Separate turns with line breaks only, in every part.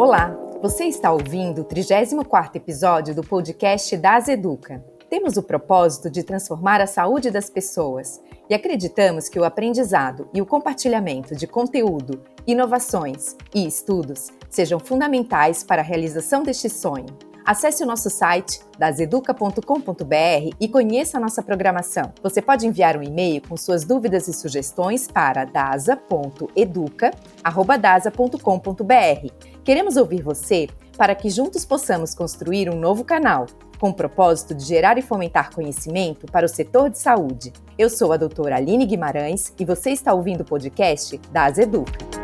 Olá, você está ouvindo o 34º episódio do podcast da Azeduca. Temos o propósito de transformar a saúde das pessoas e acreditamos que o aprendizado e o compartilhamento de conteúdo, inovações e estudos sejam fundamentais para a realização deste sonho. Acesse o nosso site dazeduca.com.br e conheça a nossa programação. Você pode enviar um e-mail com suas dúvidas e sugestões para dasa.educa@dasa.com.br. Queremos ouvir você para que juntos possamos construir um novo canal, com o propósito de gerar e fomentar conhecimento para o setor de saúde. Eu sou a doutora Aline Guimarães e você está ouvindo o podcast da Azeduca.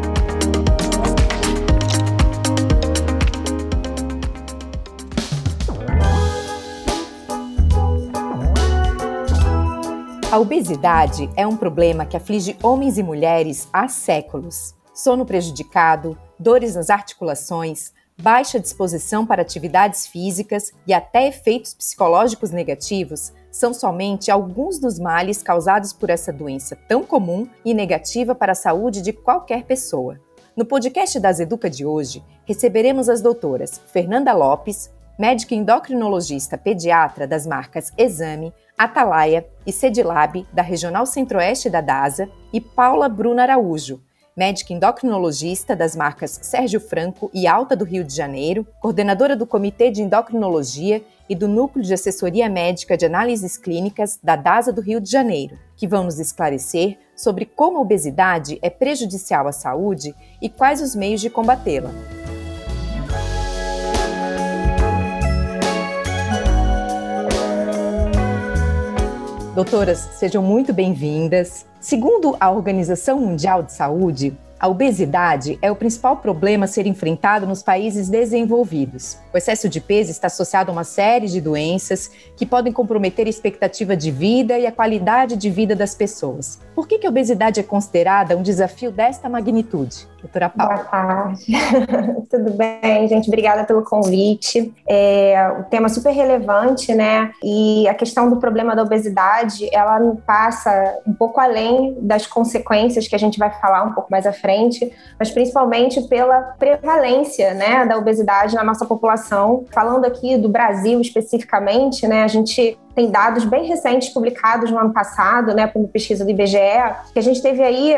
A obesidade é um problema que aflige homens e mulheres há séculos. Sono prejudicado, dores nas articulações, baixa disposição para atividades físicas e até efeitos psicológicos negativos são somente alguns dos males causados por essa doença tão comum e negativa para a saúde de qualquer pessoa. No podcast da Azeduca de hoje, receberemos as doutoras Fernanda Lopes, médica endocrinologista pediatra das marcas Exame, Atalaia e Sedilab, da Regional Centro-Oeste da DASA, e Paula Bruna Araújo, médica endocrinologista das marcas Sérgio Franco e Alta do Rio de Janeiro, coordenadora do Comitê de Endocrinologia e do Núcleo de Assessoria Médica de Análises Clínicas da DASA do Rio de Janeiro, que vão nos esclarecer sobre como a obesidade é prejudicial à saúde e quais os meios de combatê-la. Doutoras, sejam muito bem-vindas. Segundo a Organização Mundial de Saúde, a obesidade é o principal problema a ser enfrentado nos países desenvolvidos. O excesso de peso está associado a uma série de doenças que podem comprometer a expectativa de vida e a qualidade de vida das pessoas. Por que a obesidade é considerada um desafio desta magnitude? Doutora Paula.
Boa tarde. Tudo bem, gente? Obrigada pelo convite. Um tema super relevante, né? E a questão do problema da obesidade, ela passa um pouco além das consequências que a gente vai falar um pouco mais à frente, mas principalmente pela prevalência, né, da obesidade na nossa população. Falando aqui do Brasil especificamente, né, a gente tem dados bem recentes publicados no ano passado, né, por uma pesquisa do IBGE, que a gente teve aí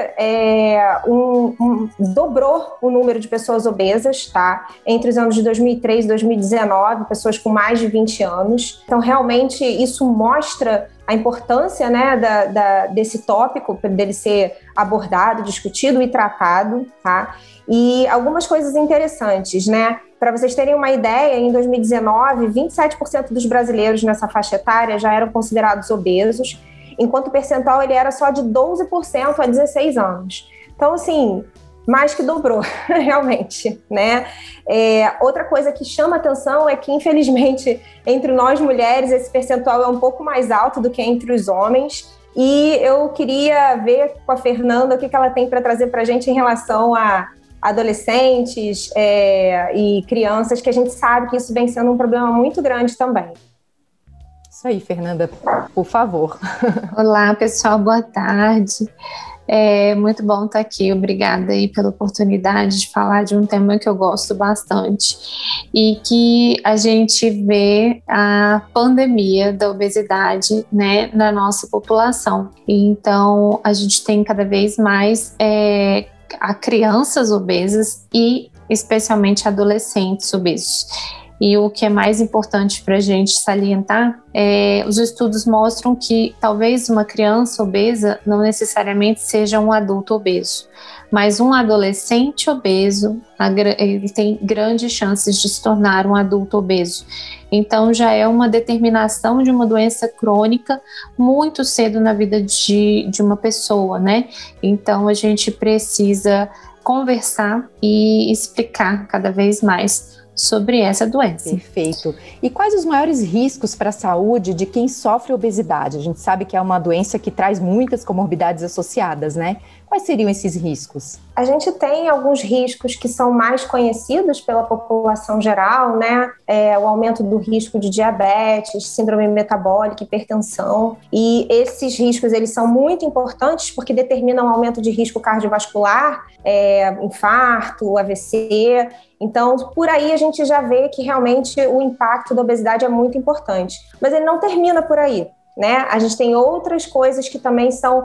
dobrou o número de pessoas obesas, tá? Entre os anos de 2003 e 2019, pessoas com mais de 20 anos. Então, realmente, isso mostra a importância, né, desse tópico, dele ser abordado, discutido e tratado, tá? E algumas coisas interessantes, né? Para vocês terem uma ideia, em 2019, 27% dos brasileiros nessa faixa etária já eram considerados obesos, enquanto o percentual ele era só de 12% a 16 anos. Então, assim, mais que dobrou, realmente, né? Outra coisa que chama atenção é que, infelizmente, entre nós mulheres, esse percentual é um pouco mais alto do que entre os homens. E eu queria ver com a Fernanda o que ela tem para trazer para a gente em relação a adolescentes e crianças, que a gente sabe que isso vem sendo um problema muito grande também.
Isso aí, Fernanda, por favor.
Olá, pessoal, boa tarde. É muito bom estar aqui, obrigada aí pela oportunidade de falar de um tema que eu gosto bastante e que a gente vê a pandemia da obesidade, né, na nossa população. Então, a gente tem cada vez mais a crianças obesas e especialmente adolescentes obesos. E o que é mais importante para a gente salientar os estudos mostram que talvez uma criança obesa não necessariamente seja um adulto obeso, mas um adolescente obeso, ele tem grandes chances de se tornar um adulto obeso. Então já é uma determinação de uma doença crônica muito cedo na vida de uma pessoa, né? Então a gente precisa conversar e explicar cada vez mais sobre essa doença.
Perfeito. E quais os maiores riscos para a saúde de quem sofre obesidade? A gente sabe que é uma doença que traz muitas comorbidades associadas, né? Quais seriam esses riscos?
A gente tem alguns riscos que são mais conhecidos pela população geral, né? O aumento do risco de diabetes, síndrome metabólica, hipertensão. E esses riscos, eles são muito importantes porque determinam o aumento de risco cardiovascular, infarto, AVC. Então, por aí a gente já vê que realmente o impacto da obesidade é muito importante. Mas ele não termina por aí, né? A gente tem outras coisas que também são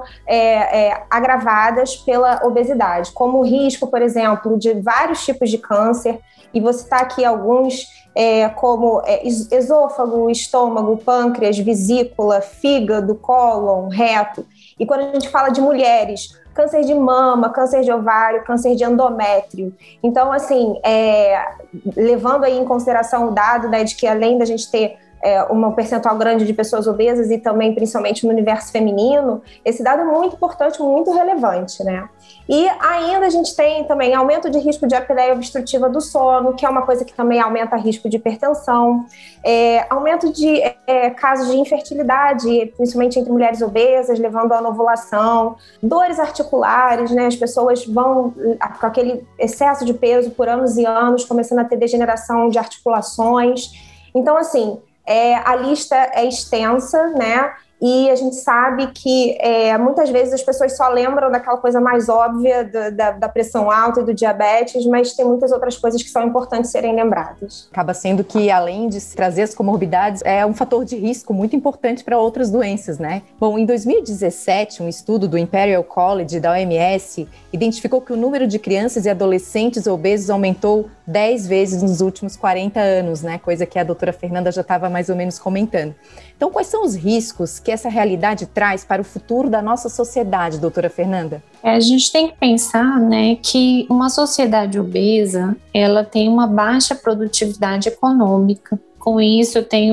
agravadas pela obesidade, como o risco, por exemplo, de vários tipos de câncer, e vou citar aqui alguns, como esôfago, estômago, pâncreas, vesícula, fígado, cólon, reto. E quando a gente fala de mulheres, câncer de mama, câncer de ovário, câncer de endométrio. Então, assim, levando aí em consideração o dado, né, de que além da gente ter um percentual grande de pessoas obesas e também, principalmente no universo feminino, esse dado é muito importante, muito relevante, né? E ainda a gente tem também aumento de risco de apneia obstrutiva do sono, que é uma coisa que também aumenta o risco de hipertensão, aumento de casos de infertilidade, principalmente entre mulheres obesas, levando à anovulação, dores articulares, né? As pessoas vão com aquele excesso de peso por anos e anos, começando a ter degeneração de articulações. Então, assim, a lista é extensa, né? E a gente sabe que muitas vezes as pessoas só lembram daquela coisa mais óbvia da pressão alta e do diabetes, mas tem muitas outras coisas que são importantes serem lembradas.
Acaba sendo que, além de trazer as comorbidades, é um fator de risco muito importante para outras doenças, né? Bom, em 2017, um estudo do Imperial College da OMS identificou que o número de crianças e adolescentes obesos aumentou 10 vezes nos últimos 40 anos, né? Coisa que a doutora Fernanda já estava mais ou menos comentando. Então, quais são os riscos que essa realidade traz para o futuro da nossa sociedade, doutora Fernanda?
A gente tem que pensar, né, que uma sociedade obesa, ela tem uma baixa produtividade econômica. Com isso, tem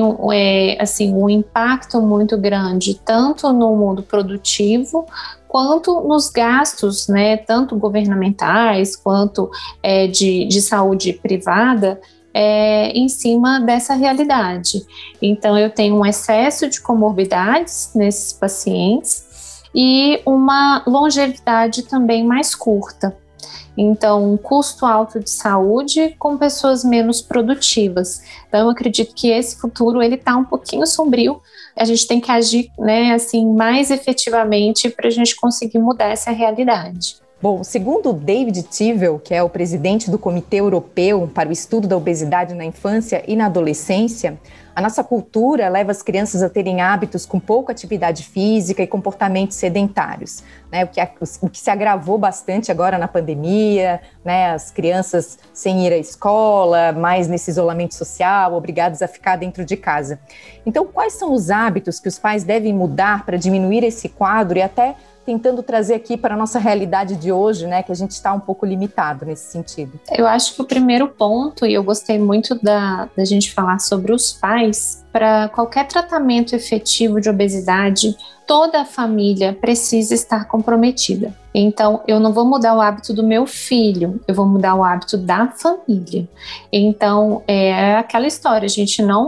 um impacto muito grande, tanto no mundo produtivo, quanto nos gastos, né, tanto governamentais, quanto de saúde privada, em cima dessa realidade. Então, eu tenho um excesso de comorbidades nesses pacientes e uma longevidade também mais curta. Então, um custo alto de saúde com pessoas menos produtivas. Então, eu acredito que esse futuro ele está um pouquinho sombrio. A gente tem que agir, né, assim, mais efetivamente para a gente conseguir mudar essa realidade.
Bom, segundo David Tivell, que é o presidente do Comitê Europeu para o Estudo da Obesidade na Infância e na Adolescência, a nossa cultura leva as crianças a terem hábitos com pouca atividade física e comportamentos sedentários, né? O que se agravou bastante agora na pandemia, né? As crianças sem ir à escola, mais nesse isolamento social, obrigadas a ficar dentro de casa. Então, quais são os hábitos que os pais devem mudar para diminuir esse quadro e até tentando trazer aqui para a nossa realidade de hoje, né, que a gente está um pouco limitado nesse sentido?
Eu acho que o primeiro ponto, e eu gostei muito da gente falar sobre os pais, para qualquer tratamento efetivo de obesidade, toda a família precisa estar comprometida. Então, eu não vou mudar o hábito do meu filho, eu vou mudar o hábito da família. Então, é aquela história, a gente não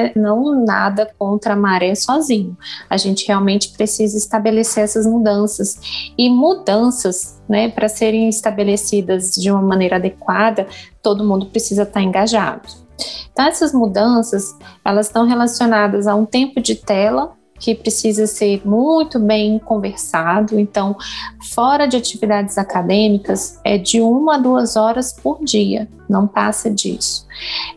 nada contra a maré sozinho. A gente realmente precisa estabelecer essas mudanças. E mudanças, né, para serem estabelecidas de uma maneira adequada, todo mundo precisa estar engajado. Então, essas mudanças, elas estão relacionadas a um tempo de tela que precisa ser muito bem conversado. Então, fora de atividades acadêmicas, é de 1 a 2 horas por dia, não passa disso.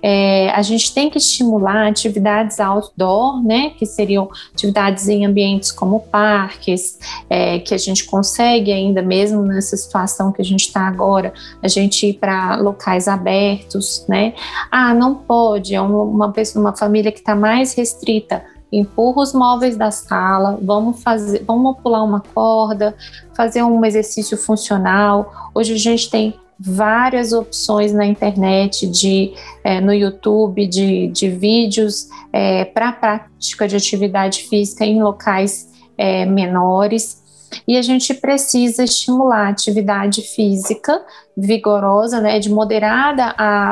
A gente tem que estimular atividades outdoor, né, que seriam atividades em ambientes como parques, que a gente consegue ainda, mesmo nessa situação que a gente está agora, a gente ir para locais abertos, né? Não pode, uma família que está mais restrita, empurra os móveis da sala, vamos pular uma corda, fazer um exercício funcional. Hoje a gente tem várias opções na internet, no YouTube, de vídeos para prática de atividade física em locais menores. E a gente precisa estimular a atividade física vigorosa, né, de moderada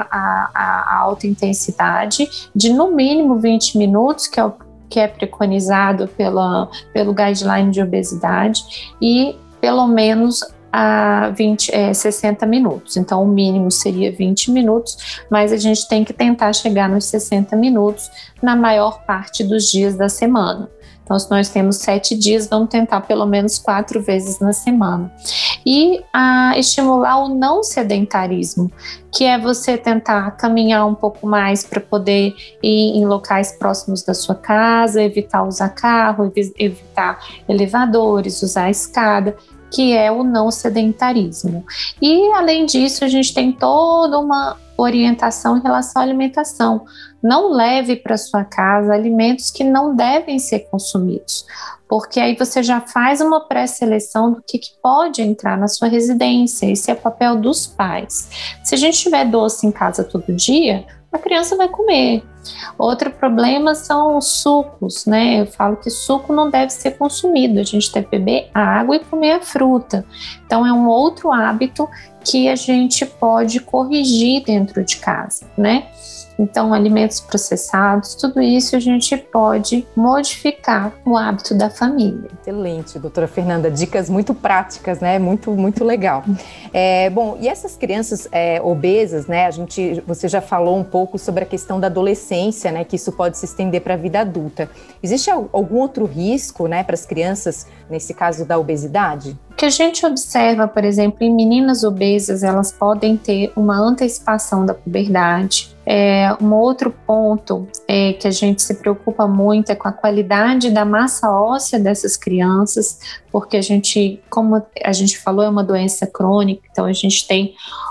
a alta intensidade, de no mínimo 20 minutos, que é preconizado pelo guideline de obesidade, e pelo menos a 60 minutos. Então, o mínimo seria 20 minutos, mas a gente tem que tentar chegar nos 60 minutos na maior parte dos dias da semana. Então, se nós temos 7 dias, vamos tentar pelo menos 4 vezes na semana. E estimular o não sedentarismo, que é você tentar caminhar um pouco mais para poder ir em locais próximos da sua casa, evitar usar carro, evitar elevadores, usar a escada, que é o não sedentarismo. E, além disso, a gente tem toda uma orientação em relação à alimentação. Não leve para sua casa alimentos que não devem ser consumidos, porque aí você já faz uma pré-seleção do que pode entrar na sua residência. Esse é o papel dos pais. Se a gente tiver doce em casa todo dia, a criança vai comer. Outro problema são os sucos, né? Eu falo que suco não deve ser consumido, a gente deve beber água e comer a fruta. Então é um outro hábito que a gente pode corrigir dentro de casa, né? Então, alimentos processados, tudo isso a gente pode modificar o hábito da família.
Excelente, doutora Fernanda. Dicas muito práticas, né? Muito, muito legal. Bom, e essas crianças obesas, né? Você já falou um pouco sobre a questão da adolescência, né? Que isso pode se estender para a vida adulta. Existe algum outro risco, né? Para as crianças, nesse caso da obesidade?
O que a gente observa, por exemplo, em meninas obesas, elas podem ter uma antecipação da puberdade. Um outro ponto que a gente se preocupa muito é com a qualidade da massa óssea dessas crianças, porque como a gente falou, é uma doença crônica, então a gente tem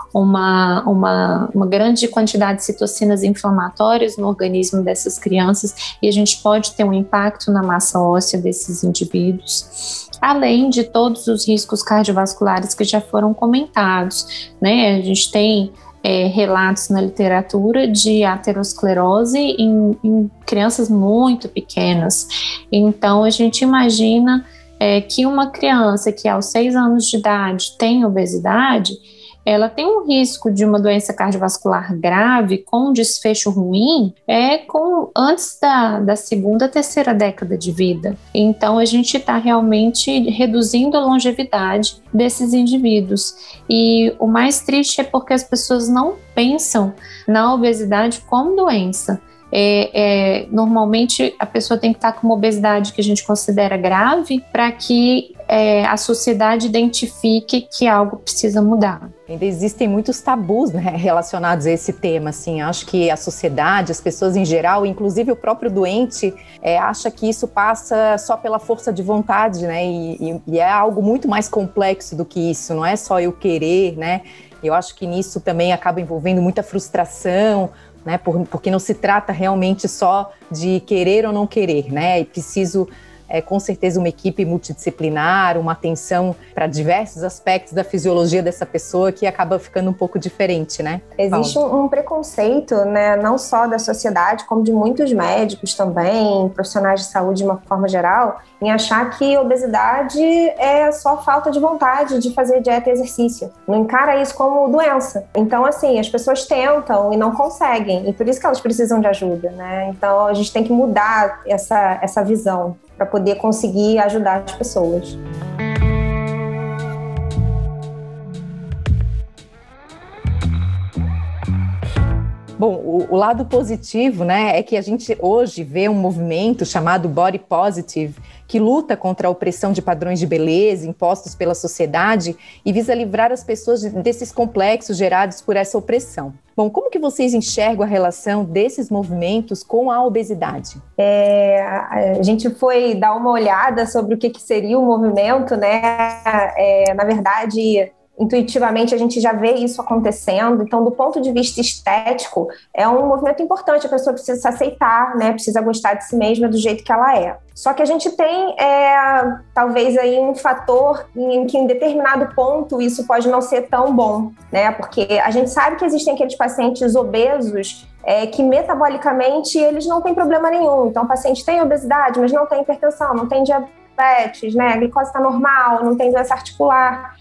uma grande quantidade de citocinas inflamatórias no organismo dessas crianças e a gente pode ter um impacto na massa óssea desses indivíduos, além de todos os riscos cardiovasculares que já foram comentados, né? A gente tem relatos na literatura de aterosclerose em crianças muito pequenas. Então, a gente imagina que uma criança que aos 6 anos de idade tem obesidade, ela tem um risco de uma doença cardiovascular grave com desfecho ruim antes da segunda, terceira década de vida. Então, a gente está realmente reduzindo a longevidade desses indivíduos. E o mais triste é porque as pessoas não pensam na obesidade como doença. Normalmente, a pessoa tem que estar com uma obesidade que a gente considera grave para que a sociedade identifique que algo precisa mudar.
Ainda existem muitos tabus, né, relacionados a esse tema, assim. Acho que a sociedade, as pessoas em geral, inclusive o próprio doente, acha que isso passa só pela força de vontade, né, e é algo muito mais complexo do que isso, não é só eu querer, né. Eu acho que nisso também acaba envolvendo muita frustração, né, porque não se trata realmente só de querer ou não querer, né, e preciso com certeza uma equipe multidisciplinar, uma atenção para diversos aspectos da fisiologia dessa pessoa que acaba ficando um pouco diferente, né?
Existe um preconceito, né, não só da sociedade, como de muitos médicos também, profissionais de saúde de uma forma geral, em achar que obesidade é só falta de vontade de fazer dieta e exercício. Não encara isso como doença. Então, assim, as pessoas tentam e não conseguem, e por isso que elas precisam de ajuda, né? Então, a gente tem que mudar essa visão para poder conseguir ajudar as pessoas.
Bom, o lado positivo, né, é que a gente hoje vê um movimento chamado Body Positive, que luta contra a opressão de padrões de beleza impostos pela sociedade e visa livrar as pessoas desses complexos gerados por essa opressão. Bom, como que vocês enxergam a relação desses movimentos com a obesidade?
A gente foi dar uma olhada sobre o que seria o movimento, né? Na verdade, intuitivamente a gente já vê isso acontecendo. Então, do ponto de vista estético, é um movimento importante. A pessoa precisa se aceitar, né? Precisa gostar de si mesma do jeito que ela é. Só que a gente tem, talvez, aí um fator em que, em determinado ponto, isso pode não ser tão bom, né? Porque a gente sabe que existem aqueles pacientes obesos que metabolicamente eles não têm problema nenhum. Então, o paciente tem obesidade, mas não tem hipertensão, não tem diabetes, né? A glicose está normal, não tem doença articular.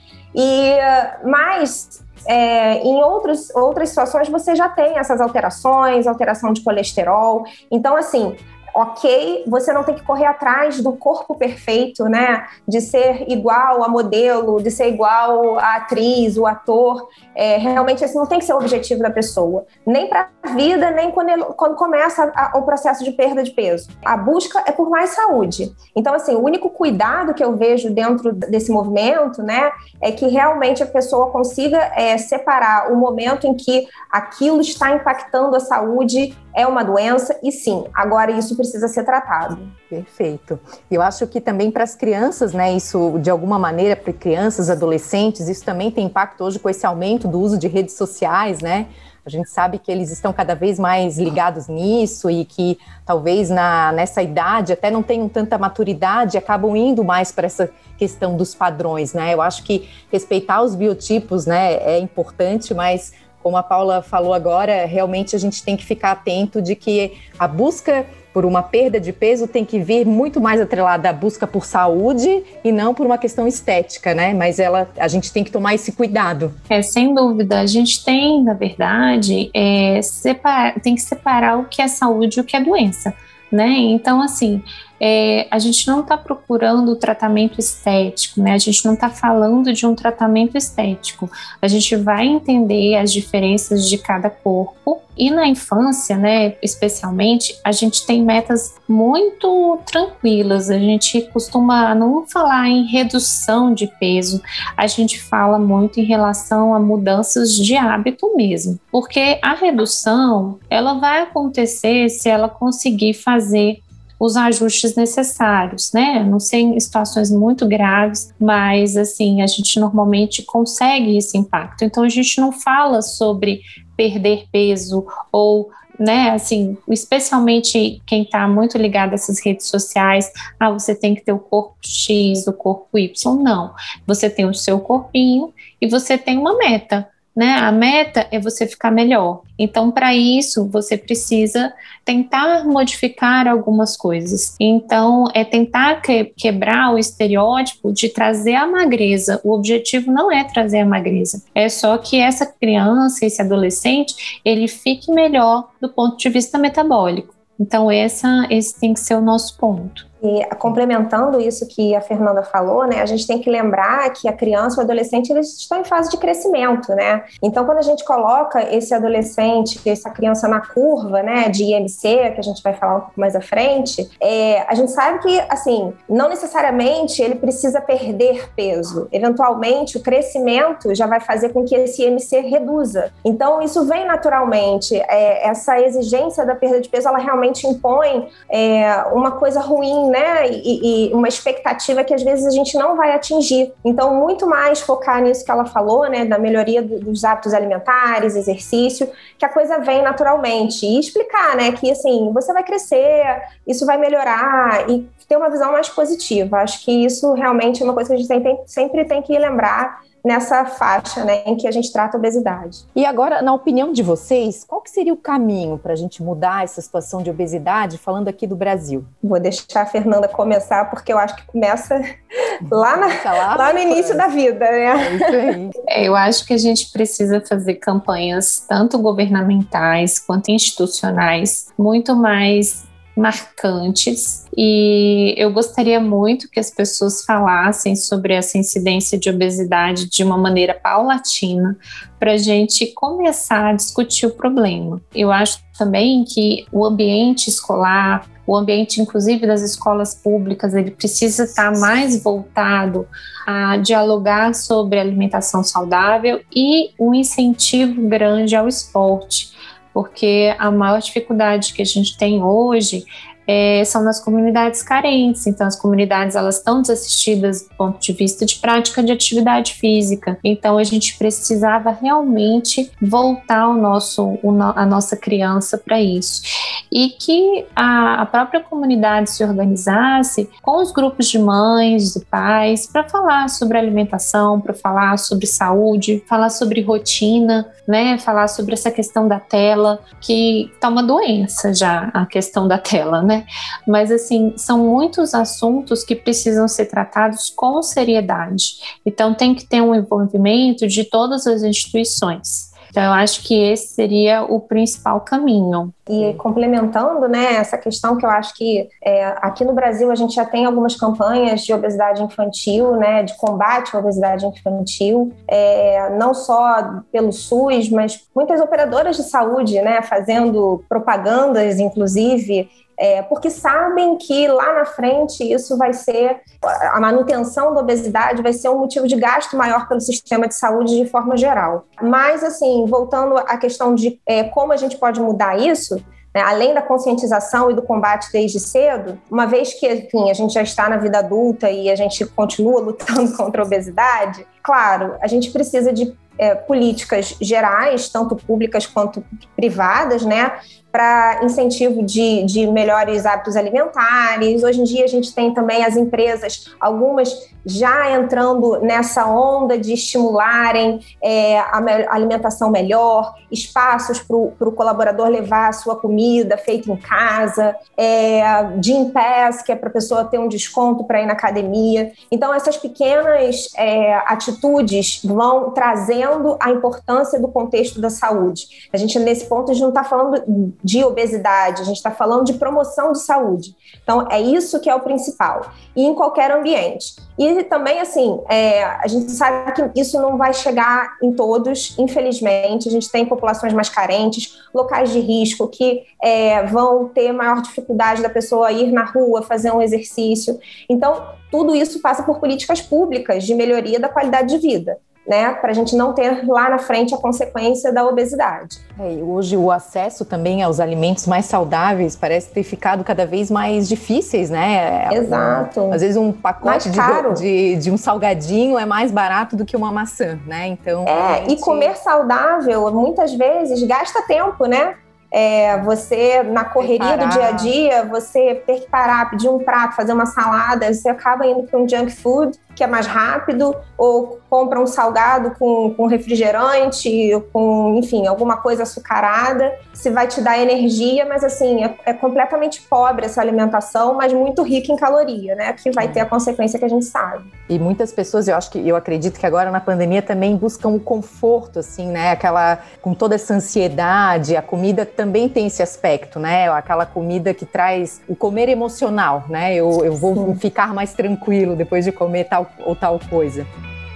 Mas em outras situações você já tem essas alterações, alteração de colesterol. Então, assim, ok, você não tem que correr atrás do corpo perfeito, né? De ser igual a modelo, de ser igual a atriz, o ator. Realmente esse não tem que ser o objetivo da pessoa. Nem para a vida, nem quando começa o processo de perda de peso. A busca é por mais saúde. Então, assim, o único cuidado que eu vejo dentro desse movimento, né, é que realmente a pessoa consiga separar o momento em que aquilo está impactando a saúde, é uma doença, e sim, agora isso precisa ser tratado.
Perfeito. Eu acho que também para as crianças, né, isso de alguma maneira, para crianças, adolescentes, isso também tem impacto hoje com esse aumento do uso de redes sociais, né? A gente sabe que eles estão cada vez mais ligados nisso e que talvez nessa idade até não tenham tanta maturidade e acabam indo mais para essa questão dos padrões, né? Eu acho que respeitar os biotipos, né, é importante, mas como a Paula falou agora, realmente a gente tem que ficar atento de que a busca por uma perda de peso tem que vir muito mais atrelada à busca por saúde e não por uma questão estética, né? Mas a gente tem que tomar esse cuidado.
Sem dúvida. A gente tem, na verdade, tem que separar o que é saúde e o que é doença, né? Então, assim, a gente não está procurando tratamento estético, né? A gente não está falando de um tratamento estético. A gente vai entender as diferenças de cada corpo e na infância, né, especialmente, a gente tem metas muito tranquilas. A gente costuma não falar em redução de peso, a gente fala muito em relação a mudanças de hábito mesmo, porque a redução, ela vai acontecer se ela conseguir fazer os ajustes necessários, né? Não sei em situações muito graves, mas assim, a gente normalmente consegue esse impacto. Então a gente não fala sobre perder peso ou, né, assim, especialmente quem está muito ligado a essas redes sociais, você tem que ter o corpo X, o corpo Y, não. Você tem o seu corpinho e você tem uma meta, né? A meta é você ficar melhor. Então, para isso, você precisa tentar modificar algumas coisas. Então, é tentar quebrar o estereótipo de trazer a magreza. O objetivo não é trazer a magreza, é só que essa criança, esse adolescente, ele fique melhor do ponto de vista metabólico. Então, esse tem que ser o nosso ponto.
E complementando isso que a Fernanda falou, né, a gente tem que lembrar que a criança e o adolescente, eles estão em fase de crescimento, né? Então, quando a gente coloca esse adolescente, essa criança na curva, né, de IMC, que a gente vai falar um pouco mais à frente, a gente sabe que, assim, não necessariamente ele precisa perder peso. Eventualmente, o crescimento já vai fazer com que esse IMC reduza. Então, isso vem naturalmente. Essa exigência da perda de peso, ela realmente impõe uma coisa ruim, né? E uma expectativa que às vezes a gente não vai atingir. Então, muito mais focar nisso que ela falou, né? Da melhoria dos hábitos alimentares, exercício, que a coisa vem naturalmente. E explicar, né? Que, assim, você vai crescer, isso vai melhorar e ter uma visão mais positiva. Acho que isso realmente é uma coisa que a gente sempre tem que lembrar nessa faixa, né, em que a gente trata a obesidade.
E agora, na opinião de vocês, qual que seria o caminho para a gente mudar essa situação de obesidade, falando aqui do Brasil?
Vou deixar a Fernanda começar, porque eu acho que começa lá no início da vida, né?
É isso aí.
Eu acho que a gente precisa fazer campanhas, tanto governamentais quanto institucionais, muito mais marcantes, e eu gostaria muito que as pessoas falassem sobre essa incidência de obesidade de uma maneira paulatina, para a gente começar a discutir o problema. Eu acho também que o ambiente escolar, o ambiente inclusive das escolas públicas, ele precisa estar mais voltado a dialogar sobre alimentação saudável e um incentivo grande ao esporte, porque a maior dificuldade que a gente tem hoje são nas comunidades carentes. Então, as comunidades, elas estão desassistidas do ponto de vista de prática de atividade física. Então, a gente precisava realmente voltar a nossa criança para isso. E que a própria comunidade se organizasse com os grupos de mães, de pais, para falar sobre alimentação, para falar sobre saúde, falar sobre rotina, né? Falar sobre essa questão da tela, que tá uma doença já, a questão da tela, né? Mas, assim, são muitos assuntos que precisam ser tratados com seriedade. Então, tem que ter um envolvimento de todas as instituições. Então, eu acho que esse seria o principal caminho.
E complementando, né, essa questão que eu acho que aqui no Brasil a gente já tem algumas campanhas de obesidade infantil, né, de combate à obesidade infantil, não só pelo SUS, mas muitas operadoras de saúde, né, fazendo propagandas, inclusive, porque sabem que lá na frente isso vai ser, a manutenção da obesidade vai ser um motivo de gasto maior pelo sistema de saúde de forma geral. Mas, assim, voltando à questão de como a gente pode mudar isso, né, além da conscientização e do combate desde cedo, uma vez que, enfim, a gente já está na vida adulta e a gente continua lutando contra a obesidade, claro, a gente precisa de políticas gerais, tanto públicas quanto privadas, né, para incentivo de melhores hábitos alimentares. Hoje em dia a gente tem também as empresas, algumas já entrando nessa onda de estimularem a alimentação melhor, espaços para o colaborador levar a sua comida feita em casa, Gym Pass, que é para a pessoa ter um desconto para ir na academia. Então, essas pequenas atitudes vão trazendo a importância do contexto da saúde. A gente, nesse ponto, a gente não está falando de obesidade, a gente está falando de promoção de saúde. Então, é isso que é o principal. E em qualquer ambiente. E também, assim, a gente sabe que isso não vai chegar em todos, infelizmente. A gente tem populações mais carentes, locais de risco que vão ter maior dificuldade da pessoa ir na rua, fazer um exercício. Então, tudo isso passa por políticas públicas de melhoria da qualidade de vida, né, para a gente não ter lá na frente a consequência da obesidade.
Hoje o acesso também aos alimentos mais saudáveis parece ter ficado cada vez mais difíceis, né?
Exato.
Às vezes um pacote de um salgadinho é mais barato do que uma maçã, né? Então,
e comer saudável muitas vezes gasta tempo, né? Você, na correria do dia a dia, você ter que parar, pedir um prato, fazer uma salada, você acaba indo para um junk food, que é mais rápido, ou compra um salgado com refrigerante, com, enfim, alguma coisa açucarada, se vai te dar energia, mas assim, é completamente pobre essa alimentação, mas muito rica em caloria, né, que vai ter a consequência que a gente sabe.
E muitas pessoas, eu acredito que agora na pandemia também buscam o conforto, assim, né, com toda essa ansiedade, a comida também tem esse aspecto, né, aquela comida que traz o comer emocional, né, eu vou ficar mais tranquilo depois de comer tal ou tal coisa.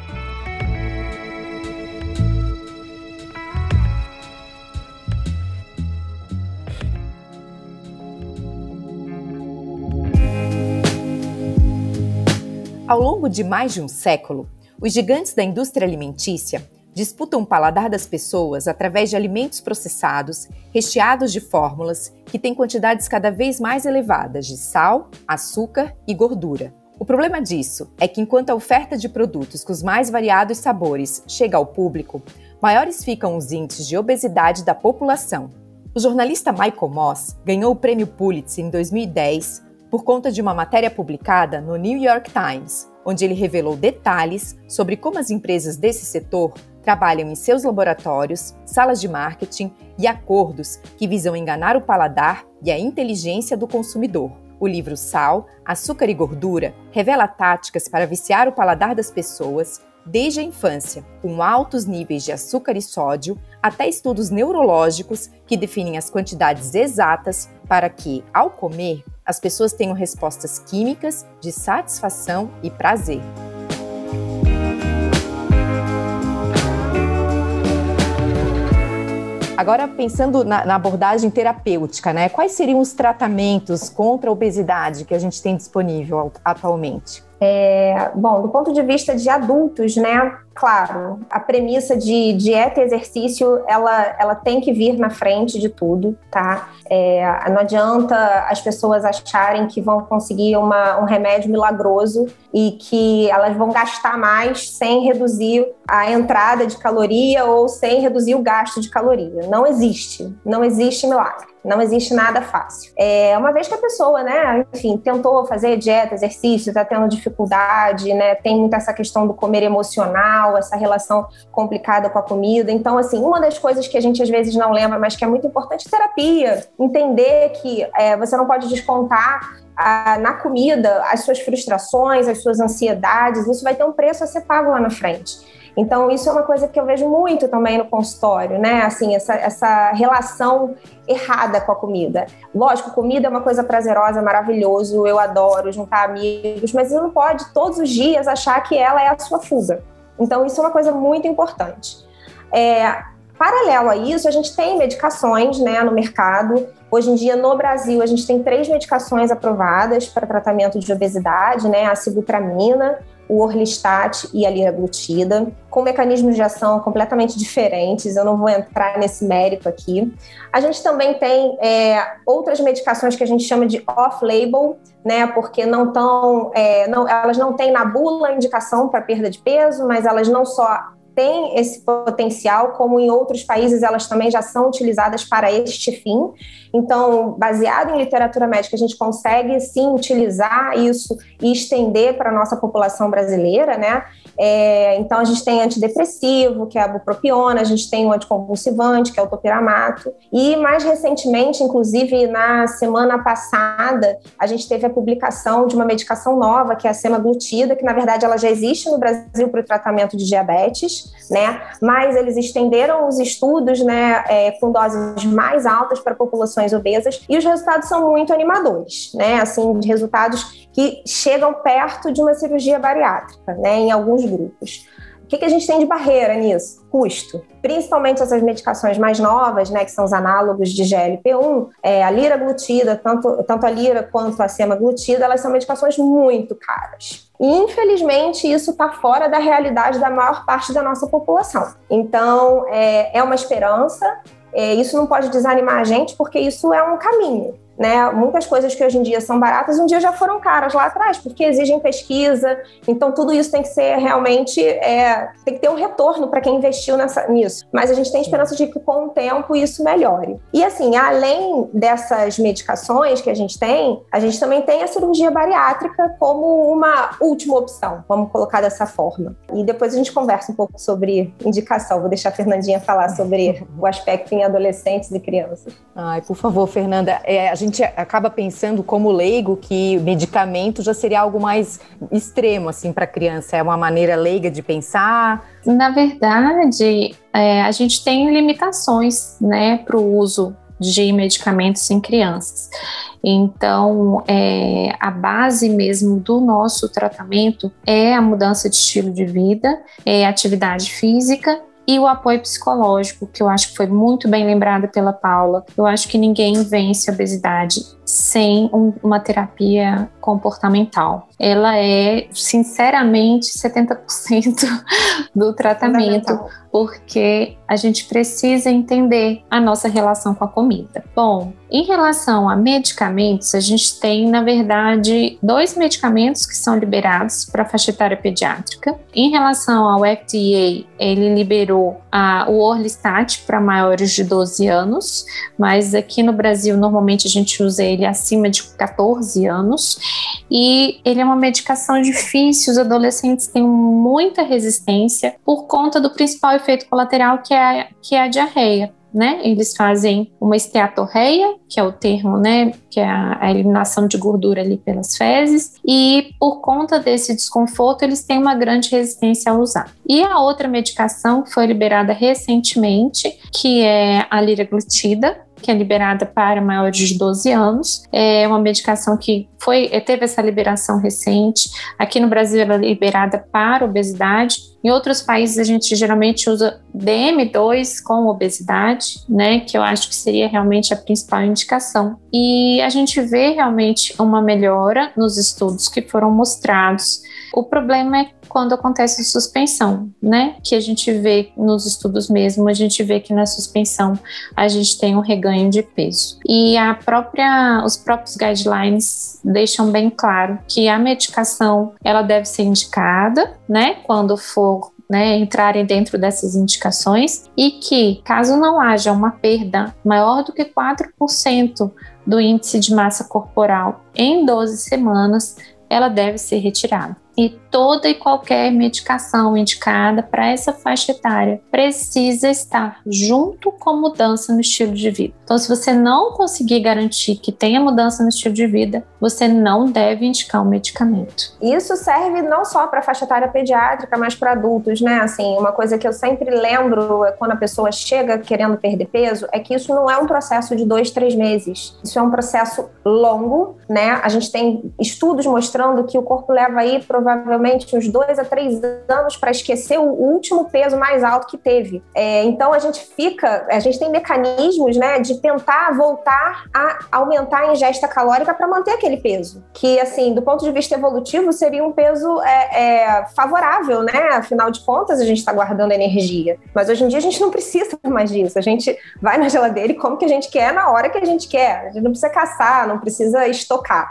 Ao longo de mais de um século, os gigantes da indústria alimentícia disputam o paladar das pessoas através de alimentos processados, recheados de fórmulas que têm quantidades cada vez mais elevadas de sal, açúcar e gordura. O problema disso é que enquanto a oferta de produtos com os mais variados sabores chega ao público, maiores ficam os índices de obesidade da população. O jornalista Michael Moss ganhou o prêmio Pulitzer em 2010 por conta de uma matéria publicada no New York Times, onde ele revelou detalhes sobre como as empresas desse setor trabalham em seus laboratórios, salas de marketing e acordos que visam enganar o paladar e a inteligência do consumidor. O livro Sal, Açúcar e Gordura revela táticas para viciar o paladar das pessoas desde a infância, com altos níveis de açúcar e sódio, até estudos neurológicos que definem as quantidades exatas para que, ao comer, as pessoas tenham respostas químicas de satisfação e prazer. Agora, pensando na abordagem terapêutica, né? Quais seriam os tratamentos contra a obesidade que a gente tem disponível atualmente?
Bom, do ponto de vista de adultos, né? Claro, a premissa de dieta e exercício, ela tem que vir na frente de tudo, tá? Não adianta as pessoas acharem que vão conseguir um remédio milagroso e que elas vão gastar mais sem reduzir a entrada de caloria ou sem reduzir o gasto de caloria. Não existe milagre. Não existe nada fácil. Uma vez que a pessoa, né, enfim, tentou fazer dieta, exercício, está tendo dificuldade, né, tem muito essa questão do comer emocional, essa relação complicada com a comida. Então, assim, uma das coisas que a gente às vezes não lembra, mas que é muito importante, é terapia. Entender que você não pode descontar na comida as suas frustrações, as suas ansiedades. Isso vai ter um preço a ser pago lá na frente. Então, isso é uma coisa que eu vejo muito também no consultório, né? Assim, essa relação errada com a comida. Lógico, comida é uma coisa prazerosa, maravilhoso, eu adoro juntar amigos, mas você não pode todos os dias achar que ela é a sua fuga. Então, isso é uma coisa muito importante. Paralelo a isso, a gente tem medicações, né, no mercado. Hoje em dia, no Brasil, a gente tem 3 medicações aprovadas para tratamento de obesidade, né, a sibutramina, o orlistat e a liraglutida, com mecanismos de ação completamente diferentes. Eu não vou entrar nesse mérito aqui. A gente também tem outras medicações que a gente chama de off-label, né, porque elas não têm na bula indicação para perda de peso, mas elas não só têm esse potencial, como em outros países elas também já são utilizadas para este fim. Então, baseado em literatura médica, a gente consegue sim utilizar isso e estender para a nossa população brasileira, né? Então, a gente tem antidepressivo, que é a bupropiona, a gente tem o anticonvulsivante, que é o topiramato, e mais recentemente, inclusive na semana passada, a gente teve a publicação de uma medicação nova, que é a semaglutida, que na verdade ela já existe no Brasil para o tratamento de diabetes, né? Mas eles estenderam os estudos, né, com doses mais altas para populações obesas, e os resultados são muito animadores, né? Assim, resultados que chegam perto de uma cirurgia bariátrica, né, em alguns grupos. O que a gente tem de barreira nisso? Custo. Principalmente essas medicações mais novas, né, que são os análogos de GLP-1, a liraglutida, tanto a lira quanto a semaglutida, elas são medicações muito caras. E, infelizmente, isso está fora da realidade da maior parte da nossa população. Então, é uma esperança. Isso não pode desanimar a gente, porque isso é um caminho, né? Muitas coisas que hoje em dia são baratas, um dia já foram caras lá atrás, porque exigem pesquisa. Então, tudo isso tem que ser realmente... tem que ter um retorno para quem investiu nisso. Mas a gente tem esperança de que, com o tempo, isso melhore. E, assim, além dessas medicações que a gente também tem a cirurgia bariátrica como uma última opção, vamos colocar dessa forma. E depois a gente conversa um pouco sobre indicação. Vou deixar a Fernandinha falar sobre o aspecto em adolescentes e crianças.
Ai, por favor, Fernanda. A gente acaba pensando como leigo que medicamento já seria algo mais extremo, assim, para a criança. É uma maneira leiga de pensar?
Na verdade, a gente tem limitações, né, para o uso de medicamentos em crianças. Então, a base mesmo do nosso tratamento é a mudança de estilo de vida, atividade física e o apoio psicológico, que eu acho que foi muito bem lembrado pela Paula. Eu acho que ninguém vence a obesidade sem uma terapia comportamental. Ela é, sinceramente, 70% do tratamento, porque a gente precisa entender a nossa relação com a comida. Bom, em relação a medicamentos, a gente tem, na verdade, 2 medicamentos que são liberados para a faixa etária pediátrica. Em relação ao FDA, ele liberou o orlistat para maiores de 12 anos, mas aqui no Brasil, normalmente, a gente usa ele acima de 14 anos, e ele é uma medicação difícil. Os adolescentes têm muita resistência por conta do principal efeito colateral, que é a diarreia, né? Eles fazem uma esteatorreia, que é o termo, né, que é a eliminação de gordura ali pelas fezes, e por conta desse desconforto, eles têm uma grande resistência a usar. E a outra medicação que foi liberada recentemente, que é a liraglutida, que é liberada para maiores de 12 anos. É uma medicação que teve essa liberação recente. Aqui no Brasil ela é liberada para obesidade. Em outros países a gente geralmente usa DM2 com obesidade, né, que eu acho que seria realmente a principal indicação. E a gente vê realmente uma melhora nos estudos que foram mostrados. O problema é quando acontece a suspensão, né? Que a gente vê nos estudos mesmo, a gente vê que na suspensão a gente tem um reganho de peso. E os próprios guidelines deixam bem claro que a medicação ela deve ser indicada, né? Quando for entrarem dentro dessas indicações, e que, caso não haja uma perda maior do que 4% do índice de massa corporal em 12 semanas, ela deve ser retirada. E toda e qualquer medicação indicada para essa faixa etária precisa estar junto com mudança no estilo de vida. Então, se você não conseguir garantir que tenha mudança no estilo de vida, você não deve indicar um medicamento.
Isso serve não só para a faixa etária pediátrica, mas para adultos, né? Assim, uma coisa que eu sempre lembro quando a pessoa chega querendo perder peso é que isso não é um processo de 2, 3 meses. Isso é um processo longo, né? A gente tem estudos mostrando que o corpo leva aí provavelmente uns 2 a 3 anos para esquecer o último peso mais alto que teve. Então a gente tem mecanismos, né, de tentar voltar a aumentar a ingesta calórica para manter aquele peso, que assim, do ponto de vista evolutivo, seria um peso favorável, né? Afinal de contas, a gente está guardando energia. Mas hoje em dia a gente não precisa mais disso. A gente vai na geladeira e come o que a gente quer na hora que a gente quer. A gente não precisa caçar, não precisa estocar.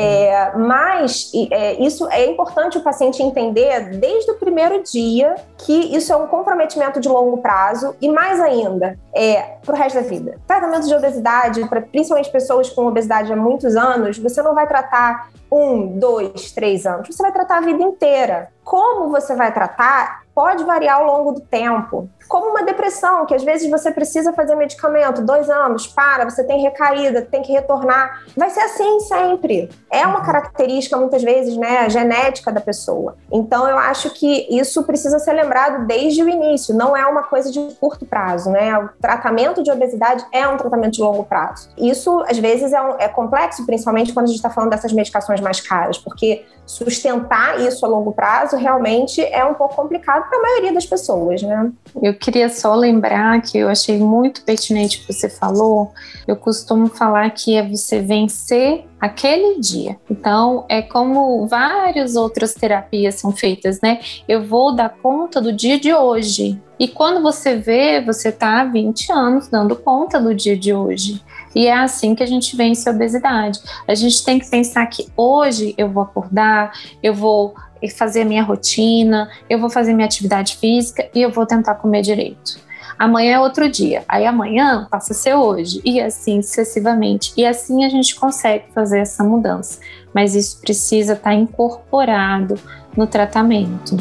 Mas isso é importante o paciente entender desde o primeiro dia que isso é um comprometimento de longo prazo e mais ainda, para o resto da vida. Tratamento de obesidade, para principalmente pessoas com obesidade há muitos anos, você não vai tratar 1, 2, 3 anos, você vai tratar a vida inteira. Como você vai tratar pode variar ao longo do tempo. Como uma depressão, que às vezes você precisa fazer medicamento, 2 anos, você tem recaída, tem que retornar. Vai ser assim sempre. É uma característica, muitas vezes, né, genética da pessoa. Então, eu acho que isso precisa ser lembrado desde o início. Não é uma coisa de curto prazo, né? O tratamento de obesidade é um tratamento de longo prazo. Isso, às vezes, é complexo, principalmente quando a gente está falando dessas medicações mais caras, porque sustentar isso a longo prazo realmente é um pouco complicado para a maioria das pessoas, né?
Eu queria só lembrar que eu achei muito pertinente o que você falou. Eu costumo falar que é você vencer aquele dia. Então, é como várias outras terapias são feitas, né? Eu vou dar conta do dia de hoje. E quando você vê, você está há 20 anos dando conta do dia de hoje. E é assim que a gente vence a obesidade. A gente tem que pensar que hoje eu vou acordar, eu vou fazer a minha rotina, eu vou fazer minha atividade física e eu vou tentar comer direito. Amanhã é outro dia, aí amanhã passa a ser hoje, e assim sucessivamente. E assim a gente consegue fazer essa mudança. Mas isso precisa estar incorporado no tratamento.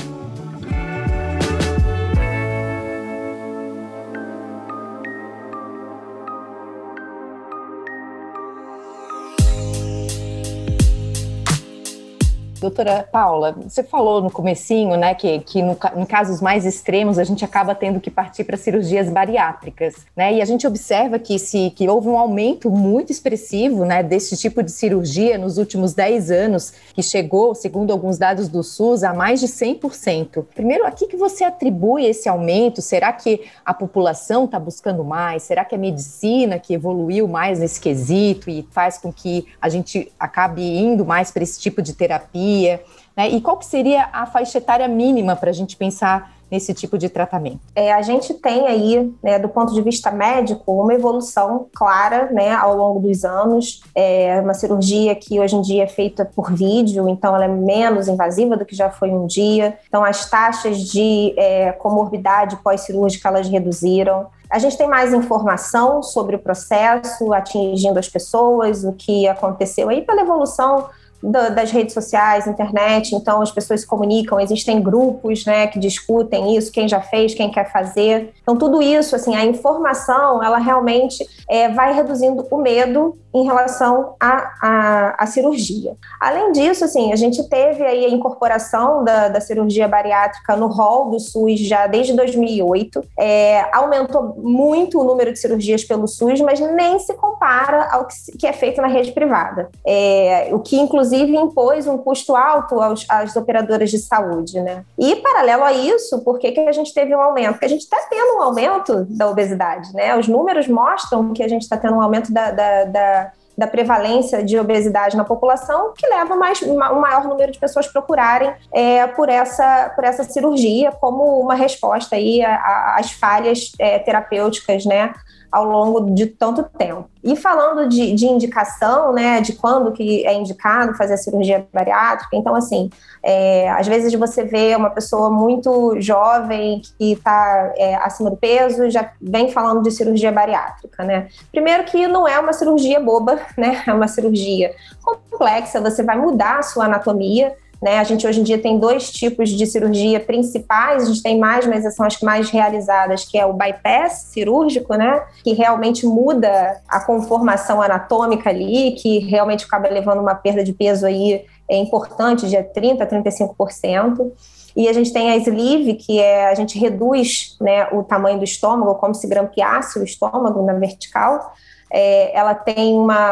Doutora Paula, você falou no comecinho, né, que em casos mais extremos a gente acaba tendo que partir para cirurgias bariátricas, né, e a gente observa que houve um aumento muito expressivo, né, desse tipo de cirurgia nos últimos 10 anos, que chegou, segundo alguns dados do SUS, a mais de 100%. Primeiro, a que você atribui esse aumento? Será que a população está buscando mais? Será que a medicina que evoluiu mais nesse quesito e faz com que a gente acabe indo mais para esse tipo de terapia? Né? E qual que seria a faixa etária mínima para a gente pensar nesse tipo de tratamento?
A gente tem aí, né, do ponto de vista médico, uma evolução clara, né, ao longo dos anos. É uma cirurgia que hoje em dia é feita por vídeo, então ela é menos invasiva do que já foi um dia. Então as taxas de comorbidade pós-cirúrgica, elas reduziram. A gente tem mais informação sobre o processo atingindo as pessoas, o que aconteceu aí pela evolução das redes sociais, internet. Então as pessoas se comunicam, existem grupos, né, que discutem isso, quem já fez, quem quer fazer. Então tudo isso, assim, a informação, ela realmente vai reduzindo o medo em relação à cirurgia. Além disso, assim, a gente teve aí a incorporação da cirurgia bariátrica no rol do SUS já desde 2008. Aumentou muito o número de cirurgias pelo SUS, mas nem se compara ao que é feito na rede privada. O que, inclusive, impôs um custo alto às operadoras de saúde, né? E, paralelo a isso, por que a gente teve um aumento? Porque a gente está tendo um aumento da obesidade, né? Os números mostram que a gente está tendo um aumento da prevalência de obesidade na população, que leva um maior número de pessoas procurarem por essa cirurgia como uma resposta aí às falhas terapêuticas, né, ao longo de tanto tempo. E falando de indicação, né, de quando que é indicado fazer a cirurgia bariátrica, então, assim, às vezes você vê uma pessoa muito jovem que está acima do peso, já vem falando de cirurgia bariátrica, né? Primeiro que não é uma cirurgia boba, né? É uma cirurgia complexa, você vai mudar a sua anatomia, né? A gente hoje em dia tem 2 tipos de cirurgia principais, a gente tem mais, mas são as mais realizadas, que é o bypass cirúrgico, né? Que realmente muda a conformação anatômica ali, que realmente acaba levando uma perda de peso aí importante, de 30% a 35%. E a gente tem a sleeve, que a gente reduz, né, o tamanho do estômago, como se grampeasse o estômago na vertical. Ela tem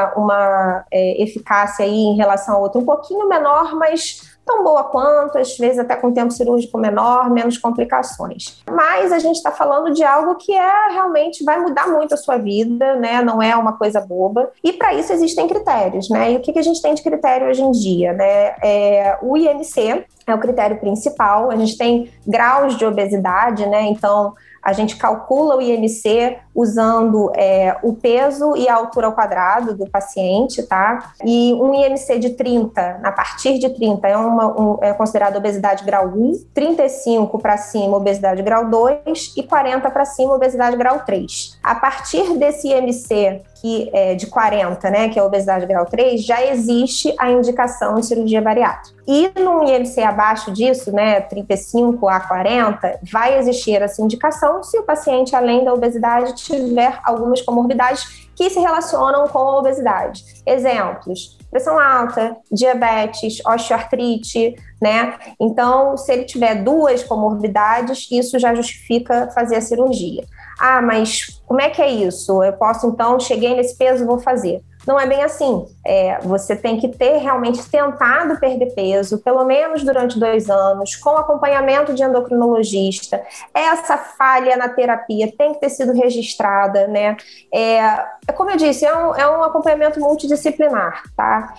uma eficácia aí em relação ao outro um pouquinho menor, mas tão boa quanto, às vezes até com tempo cirúrgico menor, menos complicações. Mas a gente está falando de algo que realmente vai mudar muito a sua vida, né? Não é uma coisa boba. E para isso existem critérios, né? E o que a gente tem de critério hoje em dia, né? O IMC é o critério principal. A gente tem graus de obesidade, né? Então, a gente calcula o IMC usando o peso e a altura ao quadrado do paciente, tá? E um IMC de 30, a partir de 30, é considerado obesidade grau 1, 35 para cima, obesidade grau 2 e 40 para cima, obesidade grau 3. A partir desse IMC que é de 40, né, que é a obesidade grau 3, já existe a indicação de cirurgia bariátrica. E num IMC abaixo disso, né, 35 a 40, vai existir essa indicação se o paciente, além da obesidade, tiver algumas comorbidades que se relacionam com a obesidade. Exemplos: pressão alta, diabetes, osteoartrite, né? Então, se ele tiver 2 comorbidades, isso já justifica fazer a cirurgia. Ah, mas como é que é isso? Eu posso, então, cheguei nesse peso, vou fazer. Não é bem assim. Você tem que ter realmente tentado perder peso, pelo menos durante 2 anos, com acompanhamento de endocrinologista. Essa falha na terapia tem que ter sido registrada, né? Como eu disse, é um acompanhamento multidisciplinar, tá?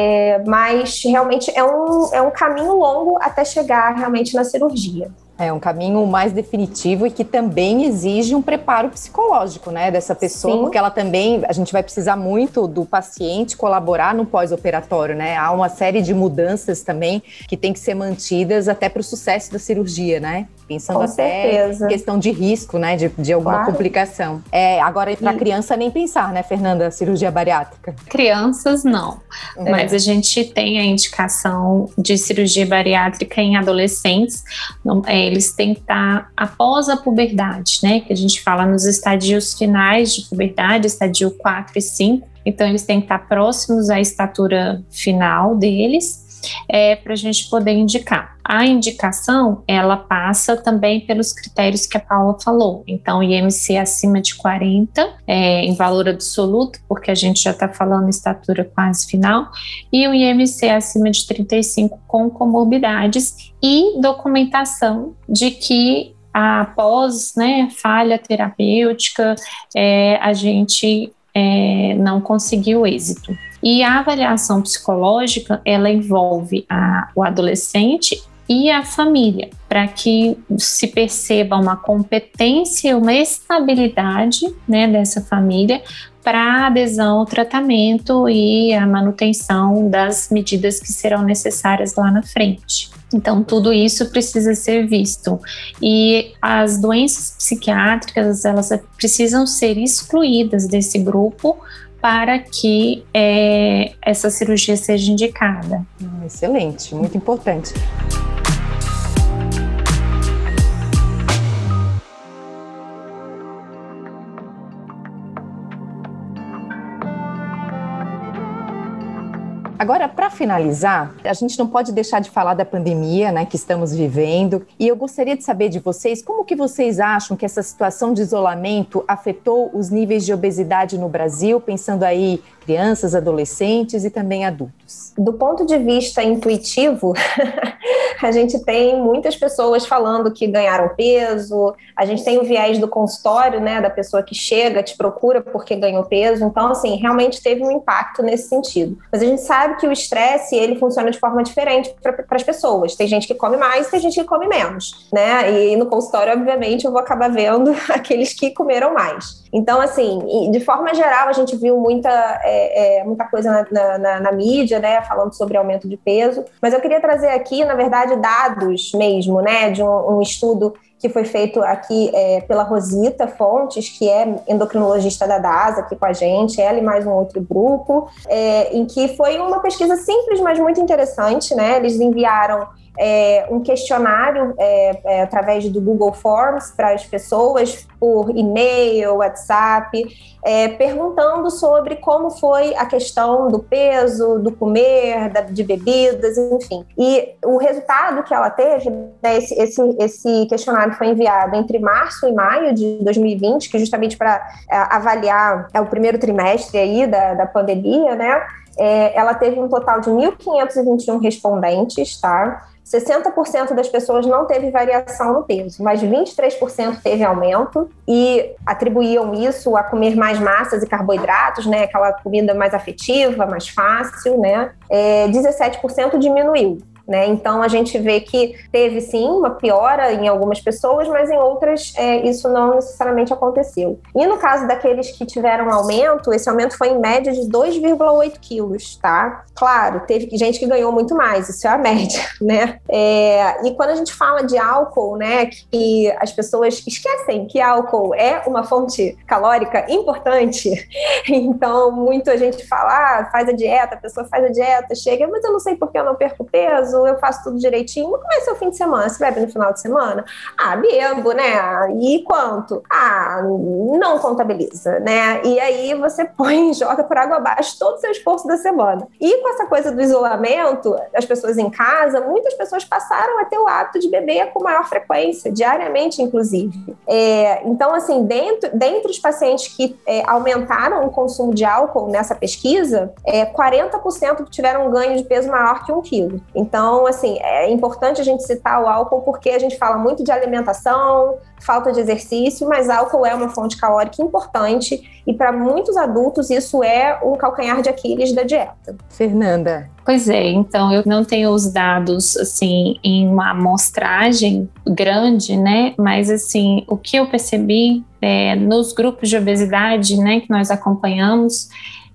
Mas realmente é um caminho longo até chegar realmente na cirurgia.
É um caminho mais definitivo e que também exige um preparo psicológico, né, dessa pessoa. Sim. Porque ela também, a gente vai precisar muito do paciente colaborar no pós-operatório, né? Há uma série de mudanças também que tem que ser mantidas até para o sucesso da cirurgia, né? Pensando
com
até
certeza.
Em questão de risco, né, de alguma
Claro.
complicação. Agora, para criança, nem pensar, né, Fernanda, cirurgia bariátrica?
Crianças, não. Mas a gente tem a indicação de cirurgia bariátrica em adolescentes. Eles têm que estar após a puberdade, né, que a gente fala nos estadios finais de puberdade, estadio 4 e 5. Então, eles têm que estar próximos à estatura final deles, para a gente poder indicar. A indicação, ela passa também pelos critérios que a Paula falou. Então, IMC acima de 40, em valor absoluto, porque a gente já está falando estatura quase final, e o IMC acima de 35 com comorbidades e documentação de que após, né, falha terapêutica, a gente não conseguiu êxito. E a avaliação psicológica, ela envolve o adolescente e a família, para que se perceba uma competência, uma estabilidade, né, dessa família para a adesão ao tratamento e a manutenção das medidas que serão necessárias lá na frente. Então, tudo isso precisa ser visto. E as doenças psiquiátricas, elas precisam ser excluídas desse grupo para que essa cirurgia seja indicada.
Excelente, muito importante. Agora, para finalizar, a gente não pode deixar de falar da pandemia, né, que estamos vivendo. E eu gostaria de saber de vocês, como que vocês acham que essa situação de isolamento afetou os níveis de obesidade no Brasil, pensando aí crianças, adolescentes e também adultos?
Do ponto de vista intuitivo, a gente tem muitas pessoas falando que ganharam peso, a gente tem o viés do consultório, né, da pessoa que chega, te procura porque ganhou peso. Então, assim, realmente teve um impacto nesse sentido. Mas a gente sabe que o estresse, ele funciona de forma diferente para as pessoas. Tem gente que come mais, tem gente que come menos, né? E no consultório, obviamente, eu vou acabar vendo aqueles que comeram mais. Então, assim, de forma geral, a gente viu muita coisa na mídia, né, falando sobre aumento de peso. Mas eu queria trazer aqui, na verdade, dados mesmo, né, de um estudo que foi feito aqui pela Rosita Fontes, que é endocrinologista da DASA aqui com a gente, ela e mais um outro grupo, em que foi uma pesquisa simples, mas muito interessante, né? Eles enviaram um questionário através do Google Forms para as pessoas, por e-mail, WhatsApp, perguntando sobre como foi a questão do peso, do comer, de bebidas, enfim. E o resultado que ela teve, né, esse questionário foi enviado entre março e maio de 2020, que justamente para avaliar o primeiro trimestre aí da pandemia, né? Ela teve um total de 1.521 respondentes, tá? 60% das pessoas não teve variação no peso, mas 23% teve aumento e atribuíam isso a comer mais massas e carboidratos, né? Aquela comida mais afetiva, mais fácil, né? 17% diminuiu. Né? Então, a gente vê que teve, sim, uma piora em algumas pessoas, mas em outras isso não necessariamente aconteceu. E no caso daqueles que tiveram aumento, esse aumento foi em média de 2,8 quilos, tá? Claro, teve gente que ganhou muito mais, isso é a média, né? E quando a gente fala de álcool, né, que as pessoas esquecem que álcool é uma fonte calórica importante, então, muito a gente fala, faz a dieta, a pessoa faz a dieta, chega, mas eu não sei por que eu não perco peso, eu faço tudo direitinho. Mas como é seu fim de semana? Você bebe no final de semana? Bebo, né? E quanto? Não contabiliza, né? E aí você joga por água abaixo todo o seu esforço da semana. E com essa coisa do isolamento, as pessoas em casa, muitas pessoas passaram a ter o hábito de beber com maior frequência, diariamente, inclusive. Então, assim, dentre os pacientes que aumentaram o consumo de álcool nessa pesquisa, 40% tiveram um ganho de peso maior que 1 quilo. Então, assim, é importante a gente citar o álcool porque a gente fala muito de alimentação, falta de exercício, mas álcool é uma fonte calórica importante e para muitos adultos isso é um calcanhar de Aquiles da dieta.
Fernanda.
Pois é, então eu não tenho os dados assim em uma amostragem grande, né? Mas assim, o que eu percebi nos grupos de obesidade, né, que nós acompanhamos,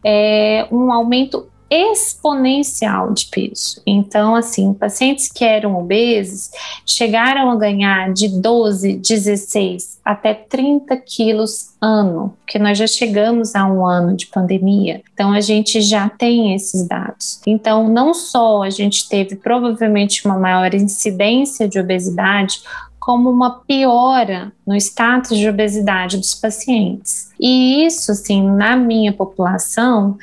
é um aumento exponencial de peso. Então, assim, pacientes que eram obesos chegaram a ganhar de 12, 16 até 30 quilos ano, porque nós já chegamos a 1 ano de pandemia. Então, a gente já tem esses dados. Então, não só a gente teve provavelmente uma maior incidência de obesidade, como uma piora no status de obesidade dos pacientes. E isso, assim, na minha população,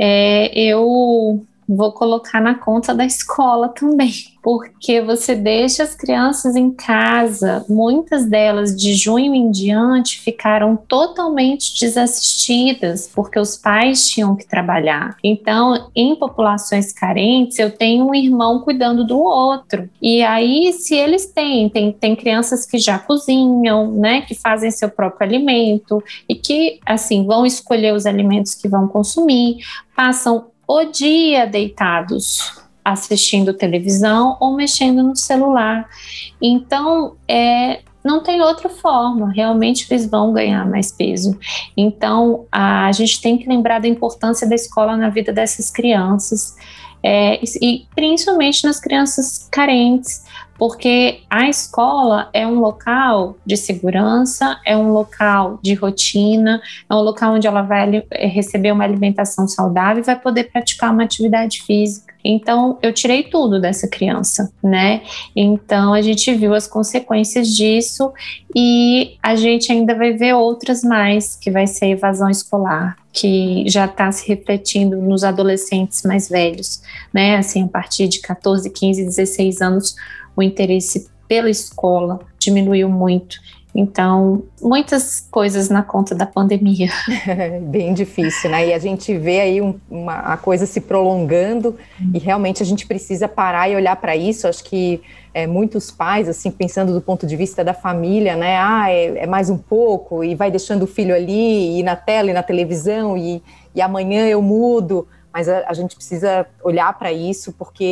eu vou colocar na conta da escola também, porque você deixa as crianças em casa, muitas delas de junho em diante ficaram totalmente desassistidas, porque os pais tinham que trabalhar. Então, em populações carentes, eu tenho um irmão cuidando do outro. E aí, se eles tem crianças que já cozinham, né, que fazem seu próprio alimento e que, assim, vão escolher os alimentos que vão consumir, passam o dia deitados assistindo televisão ou mexendo no celular. Então, não tem outra forma, realmente eles vão ganhar mais peso. Então, a gente tem que lembrar da importância da escola na vida dessas crianças, e principalmente nas crianças carentes, porque a escola é um local de segurança, é um local de rotina, é um local onde ela vai receber uma alimentação saudável e vai poder praticar uma atividade física. Então, eu tirei tudo dessa criança, né? Então, a gente viu as consequências disso e a gente ainda vai ver outras mais, que vai ser a evasão escolar, que já está se refletindo nos adolescentes mais velhos, né? Assim, a partir de 14, 15, 16 anos, o interesse pela escola diminuiu muito. Então, muitas coisas na conta da pandemia.
Bem difícil, né? E a gente vê aí a coisa se prolongando e realmente a gente precisa parar e olhar para isso. Acho que muitos pais, assim, pensando do ponto de vista da família, né? É mais um pouco e vai deixando o filho ali e na tela e na televisão e amanhã eu mudo. Mas a gente precisa olhar para isso porque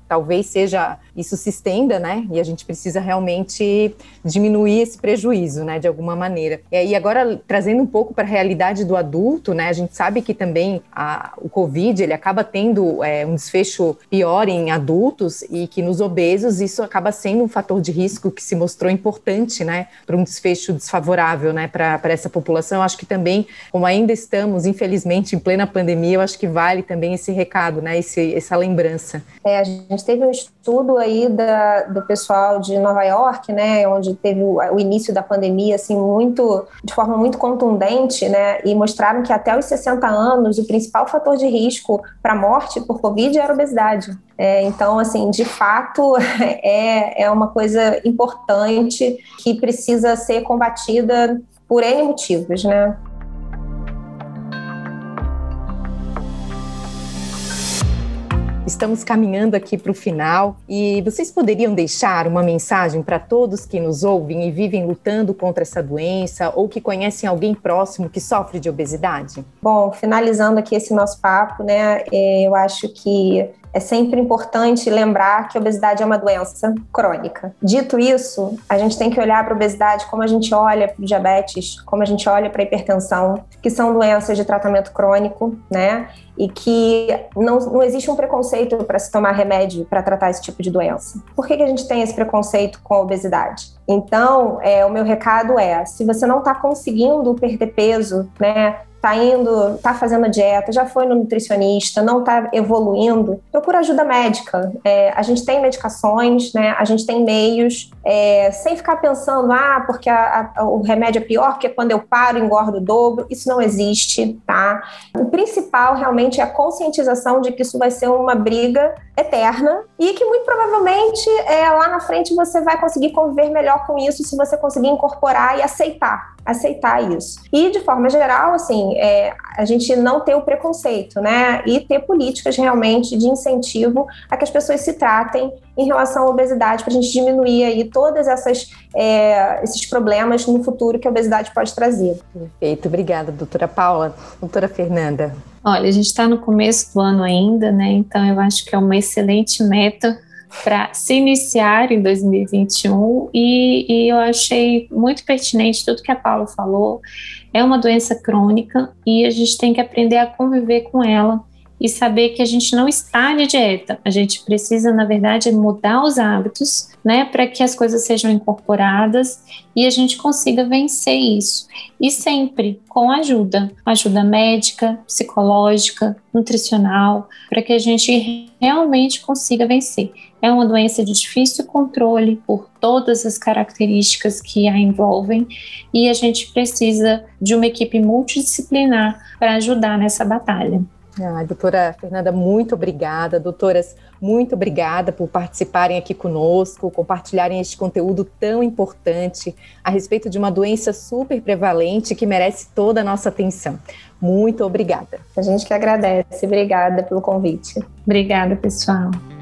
talvez isso se estenda, né? E a gente precisa realmente diminuir esse prejuízo, né? De alguma maneira. E agora, trazendo um pouco para a realidade do adulto, né? A gente sabe que também o Covid, ele acaba tendo um desfecho pior em adultos e que nos obesos isso acaba sendo um fator de risco que se mostrou importante, né? Para um desfecho desfavorável, né? Para essa população. Eu acho que também, como ainda estamos, infelizmente, em plena pandemia, eu acho que vale também esse recado, né? Essa lembrança.
A gente teve um estudo aí do pessoal de Nova York, né? Onde teve o início da pandemia, assim, de forma muito contundente, né? E mostraram que até os 60 anos, o principal fator de risco para a morte por Covid era a obesidade. Então, assim, de fato, é uma coisa importante que precisa ser combatida por N motivos, né?
Estamos caminhando aqui para o final e vocês poderiam deixar uma mensagem para todos que nos ouvem e vivem lutando contra essa doença ou que conhecem alguém próximo que sofre de obesidade?
Bom, finalizando aqui esse nosso papo, né, eu acho que é sempre importante lembrar que a obesidade é uma doença crônica. Dito isso, a gente tem que olhar para a obesidade como a gente olha para o diabetes, como a gente olha para a hipertensão, que são doenças de tratamento crônico, né? E que não existe um preconceito para se tomar remédio para tratar esse tipo de doença. Por que a gente tem esse preconceito com a obesidade? Então, o meu recado se você não está conseguindo perder peso, né? Tá fazendo dieta, já foi no nutricionista, não tá evoluindo, procura ajuda médica. A gente tem medicações, né? A gente tem meios, sem ficar pensando, porque o remédio é pior, porque quando eu paro, engordo o dobro. Isso não existe, tá? O principal realmente é a conscientização de que isso vai ser uma briga eterna e que muito provavelmente lá na frente você vai conseguir conviver melhor com isso se você conseguir incorporar e aceitar isso. E, de forma geral, assim, a gente não ter o preconceito, né? E ter políticas realmente de incentivo a que as pessoas se tratem em relação à obesidade, para a gente diminuir aí todos esses problemas no futuro que a obesidade pode trazer.
Perfeito, obrigada, doutora Paula. Doutora Fernanda.
Olha, a gente está no começo do ano ainda, né? Então eu acho que é uma excelente meta para se iniciar em 2021 e eu achei muito pertinente tudo que a Paula falou. É uma doença crônica e a gente tem que aprender a conviver com ela e saber que a gente não está de dieta. A gente precisa, na verdade, mudar os hábitos, né, para que as coisas sejam incorporadas e a gente consiga vencer isso. E sempre com ajuda médica, psicológica, nutricional, para que a gente realmente consiga vencer. É uma doença de difícil controle por todas as características que a envolvem e a gente precisa de uma equipe multidisciplinar para ajudar nessa batalha.
Doutora Fernanda, muito obrigada. Doutoras, muito obrigada por participarem aqui conosco, compartilharem este conteúdo tão importante a respeito de uma doença super prevalente que merece toda a nossa atenção. Muito obrigada.
A gente que agradece. Obrigada pelo convite.
Obrigada, pessoal.